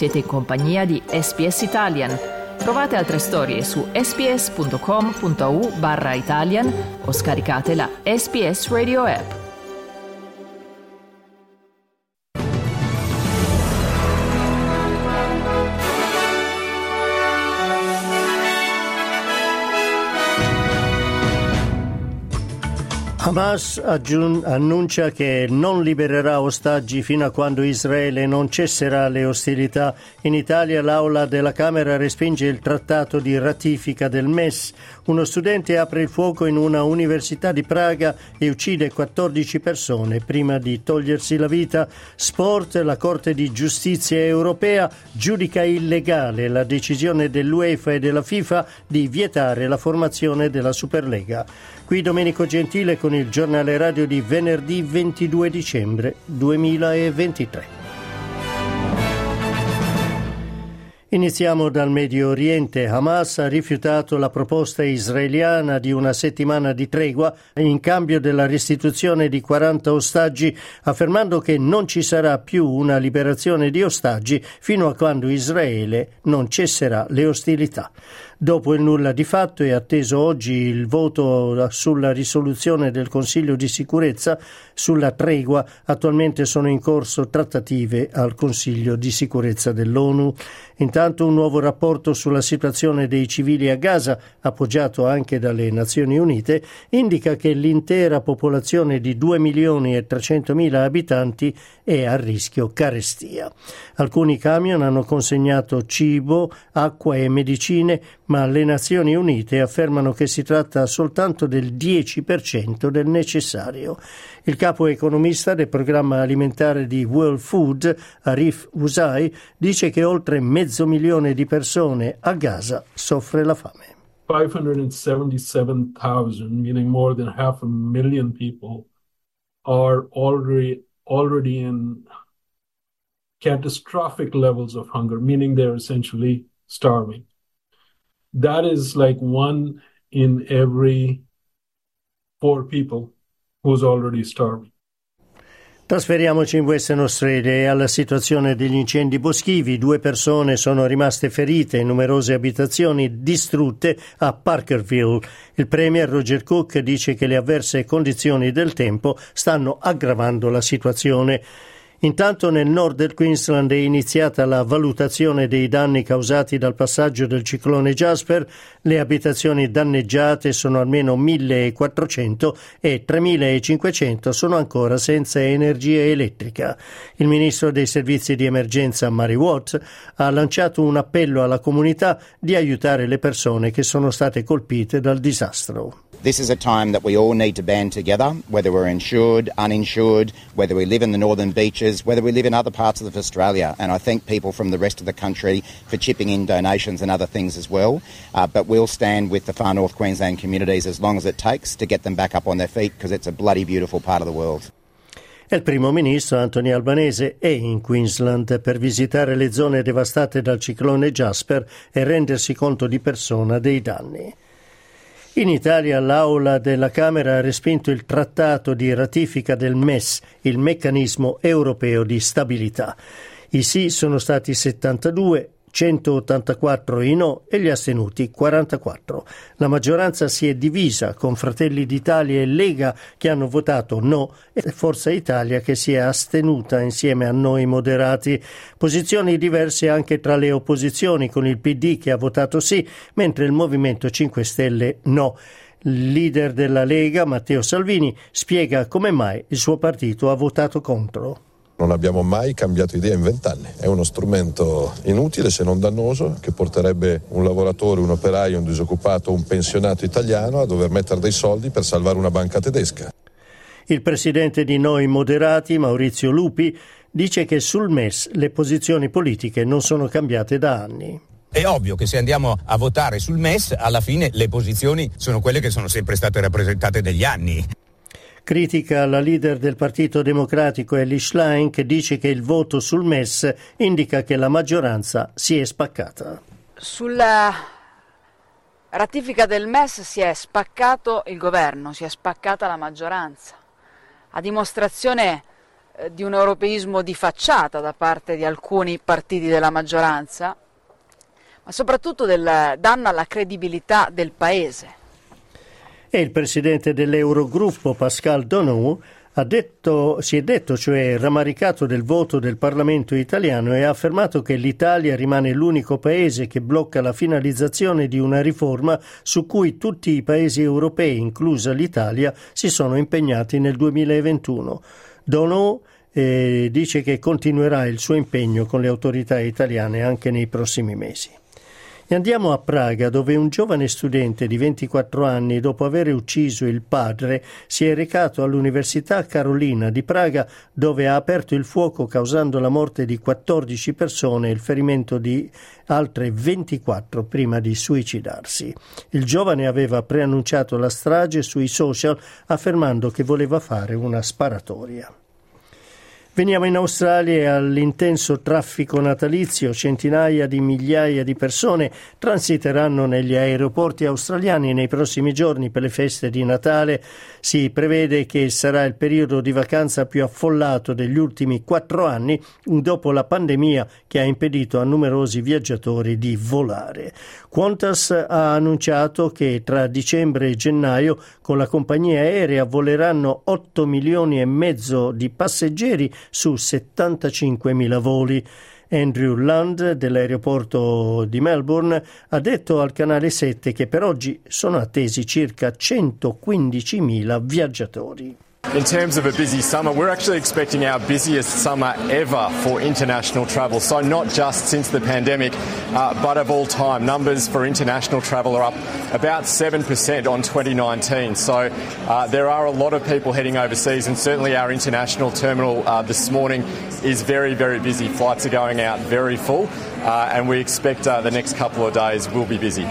Siete in compagnia di SBS Italian. Trovate altre storie su sbs.com.au/Italian o scaricate la SBS Radio app. Hamas annuncia che non libererà ostaggi fino a quando Israele non cesserà le ostilità. In Italia l'Aula della Camera respinge il trattato di ratifica del MES. Uno studente apre il fuoco in una università di Praga e uccide 14 persone prima di togliersi la vita. Sport, la Corte di Giustizia europea giudica illegale la decisione dell'UEFA e della FIFA di vietare la formazione della Superlega. Qui Domenico Gentile con il giornale radio di venerdì 22 dicembre 2023. Iniziamo dal Medio Oriente. Hamas ha rifiutato la proposta israeliana di una settimana di tregua in cambio della restituzione di 40 ostaggi, affermando che non ci sarà più una liberazione di ostaggi fino a quando Israele non cesserà le ostilità. Dopo il nulla di fatto è atteso oggi il voto sulla risoluzione del Consiglio di sicurezza sulla tregua. Attualmente sono in corso trattative al Consiglio di sicurezza dell'ONU. Intanto un nuovo rapporto sulla situazione dei civili a Gaza, appoggiato anche dalle Nazioni Unite, indica che l'intera popolazione di 2.300.000 abitanti è a rischio carestia. Alcuni camion hanno consegnato cibo, acqua e medicine, ma le Nazioni Unite affermano che si tratta soltanto del 10% del necessario. Il capo economista del programma alimentare di World Food, Arif Usai, dice che oltre 500.000 di persone a Gaza soffre la fame. 577,000, meaning more than 500,000 people, are already in catastrophic levels of hunger, meaning they're essentially starving. That is like 1 in every 4 people who's already starving. Trasferiamoci in Western Australia e alla situazione degli incendi boschivi. 2 persone sono rimaste ferite e numerose abitazioni distrutte a Parkerville. Il premier Roger Cook dice che le avverse condizioni del tempo stanno aggravando la situazione. Intanto nel nord del Queensland è iniziata la valutazione dei danni causati dal passaggio del ciclone Jasper. Le abitazioni danneggiate sono almeno 1.400 e 3.500 sono ancora senza energia elettrica. Il ministro dei servizi di emergenza Mary Watt ha lanciato un appello alla comunità di aiutare le persone che sono state colpite dal disastro. This is a time that we all need to band together, whether we're insured, uninsured, whether we live in the northern beaches, whether we live in other parts of Australia. And I thank people from the rest of the country for chipping in donations and other things as well. But we'll stand with the far north Queensland communities as long as it takes to get them back up on their feet, because it's a bloody beautiful part of the world. Il primo ministro Anthony Albanese è in Queensland per visitare le zone devastate dal ciclone Jasper e rendersi conto di persona dei danni. In Italia l'Aula della Camera ha respinto il trattato di ratifica del MES, il meccanismo europeo di stabilità. I sì sono stati 72, 184 i no e gli astenuti 44. La maggioranza si è divisa con Fratelli d'Italia e Lega che hanno votato no e Forza Italia che si è astenuta insieme a noi moderati. Posizioni diverse anche tra le opposizioni, con il PD che ha votato sì mentre il Movimento 5 Stelle no. Il leader della Lega, Matteo Salvini, spiega come mai il suo partito ha votato contro. Non abbiamo mai cambiato idea in 20 anni. È uno strumento inutile, se non dannoso, che porterebbe un lavoratore, un operaio, un disoccupato, un pensionato italiano a dover mettere dei soldi per salvare una banca tedesca. Il presidente di Noi Moderati, Maurizio Lupi, dice che sul MES le posizioni politiche non sono cambiate da anni. È ovvio che se andiamo a votare sul MES, alla fine le posizioni sono quelle che sono sempre state rappresentate degli anni. Critica la leader del Partito Democratico Elly Schlein, che dice che il voto sul MES indica che la maggioranza si è spaccata. Sulla ratifica del MES si è spaccato il governo, si è spaccata la maggioranza, a dimostrazione di un europeismo di facciata da parte di alcuni partiti della maggioranza, ma soprattutto del danno alla credibilità del Paese. E il presidente dell'Eurogruppo, Pascal Donou, si è detto, cioè rammaricato del voto del Parlamento italiano, e ha affermato che l'Italia rimane l'unico paese che blocca la finalizzazione di una riforma su cui tutti i paesi europei, inclusa l'Italia, si sono impegnati nel 2021. Donou dice che continuerà il suo impegno con le autorità italiane anche nei prossimi mesi. E andiamo a Praga, dove un giovane studente di 24 anni, dopo aver ucciso il padre, si è recato all'Università Carolina di Praga, dove ha aperto il fuoco causando la morte di 14 persone e il ferimento di altre 24 prima di suicidarsi. Il giovane aveva preannunciato la strage sui social affermando che voleva fare una sparatoria. Veniamo in Australia e all'intenso traffico natalizio. Centinaia di migliaia di persone transiteranno negli aeroporti australiani nei prossimi giorni per le feste di Natale. Si prevede che sarà il periodo di vacanza più affollato degli ultimi 4 anni, dopo la pandemia che ha impedito a numerosi viaggiatori di volare. Qantas ha annunciato che tra dicembre e gennaio con la compagnia aerea voleranno 8 milioni e mezzo di passeggeri su 75.000 voli. Andrew Lund dell'aeroporto di Melbourne ha detto al Canale 7 che per oggi sono attesi circa 115.000 viaggiatori. In terms of a busy summer, we're actually expecting our busiest summer ever for international travel. So not just since the pandemic, but of all time. Numbers for international travel are up about 7% on 2019. So there are a lot of people heading overseas, and certainly our international terminal this morning is very, very busy. Flights are going out very full, and we expect the next couple of days will be busy.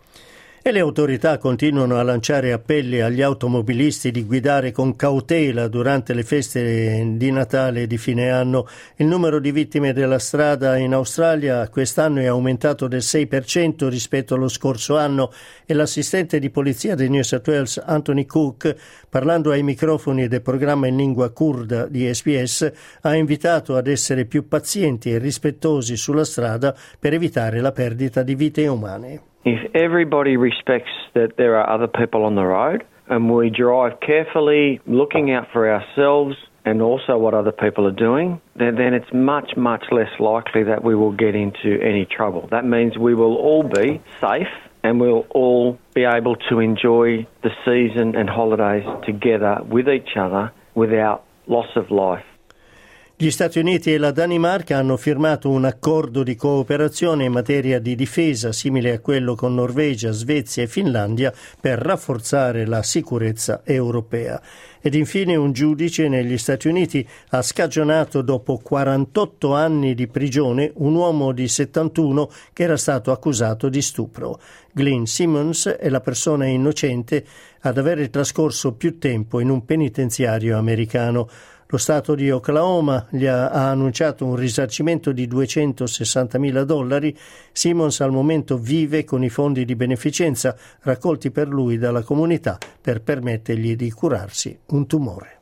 E le autorità continuano a lanciare appelli agli automobilisti di guidare con cautela durante le feste di Natale e di fine anno. Il numero di vittime della strada in Australia quest'anno è aumentato del 6% rispetto allo scorso anno, e l'assistente di polizia di New South Wales, Anthony Cook, parlando ai microfoni del programma in lingua curda di SBS, ha invitato ad essere più pazienti e rispettosi sulla strada per evitare la perdita di vite umane. If everybody respects that there are other people on the road and we drive carefully, looking out for ourselves and also what other people are doing, then it's much, much less likely that we will get into any trouble. That means we will all be safe and we'll all be able to enjoy the season and holidays together with each other without loss of life. Gli Stati Uniti e la Danimarca hanno firmato un accordo di cooperazione in materia di difesa simile a quello con Norvegia, Svezia e Finlandia per rafforzare la sicurezza europea. Ed infine un giudice negli Stati Uniti ha scagionato dopo 48 anni di prigione un uomo di 71 che era stato accusato di stupro. Glenn Simmons è la persona innocente ad avere trascorso più tempo in un penitenziario americano. Lo Stato di Oklahoma gli ha annunciato un risarcimento di $260.000. Simmons al momento vive con i fondi di beneficenza raccolti per lui dalla comunità per permettergli di curarsi un tumore.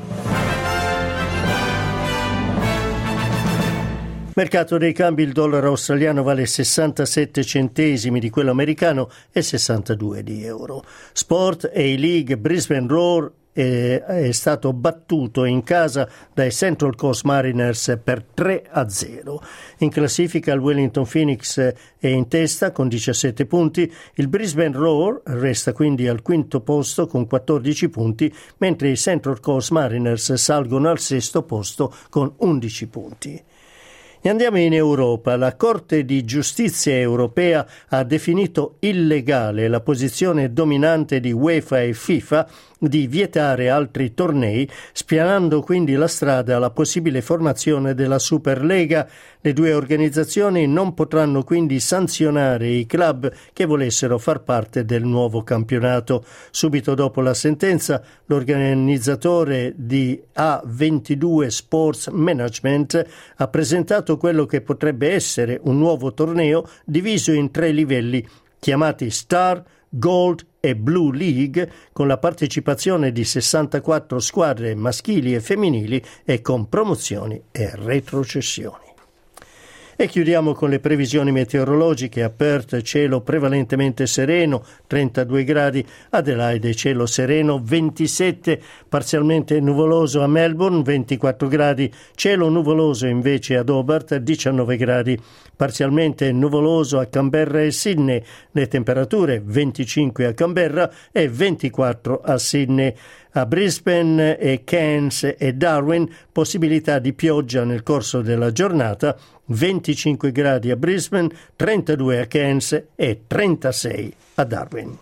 Mercato dei cambi: il dollaro australiano vale 67 centesimi di quello americano e 62 di euro. Sport: A-League, Brisbane Roar è stato battuto in casa dai Central Coast Mariners per 3-0. In classifica il Wellington Phoenix è in testa con 17 punti, il Brisbane Roar resta quindi al quinto posto con 14 punti, mentre i Central Coast Mariners salgono al sesto posto con 11 punti. E andiamo in Europa. La Corte di Giustizia europea ha definito illegale la posizione dominante di UEFA e FIFA di vietare altri tornei, spianando quindi la strada alla possibile formazione della Superlega. Le due organizzazioni non potranno quindi sanzionare i club che volessero far parte del nuovo campionato. Subito dopo la sentenza, l'organizzatore di A22 Sports Management ha presentato quello che potrebbe essere un nuovo torneo diviso in 3 livelli chiamati Star, Gold e Blue League, con la partecipazione di 64 squadre maschili e femminili e con promozioni e retrocessioni. E chiudiamo con le previsioni meteorologiche. A Perth cielo prevalentemente sereno, 32 gradi, Adelaide cielo sereno, 27, parzialmente nuvoloso a Melbourne, 24 gradi, cielo nuvoloso invece ad Hobart, 19 gradi, parzialmente nuvoloso a Canberra e Sydney, le temperature 25 a Canberra e 24 a Sydney. A Brisbane e Cairns e Darwin possibilità di pioggia nel corso della giornata, 25 gradi a Brisbane, 32 a Cairns e 36 a Darwin.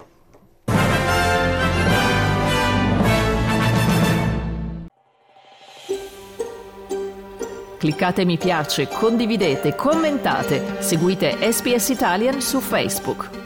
Cliccate mi piace, condividete, commentate, seguite SBS Italian su Facebook.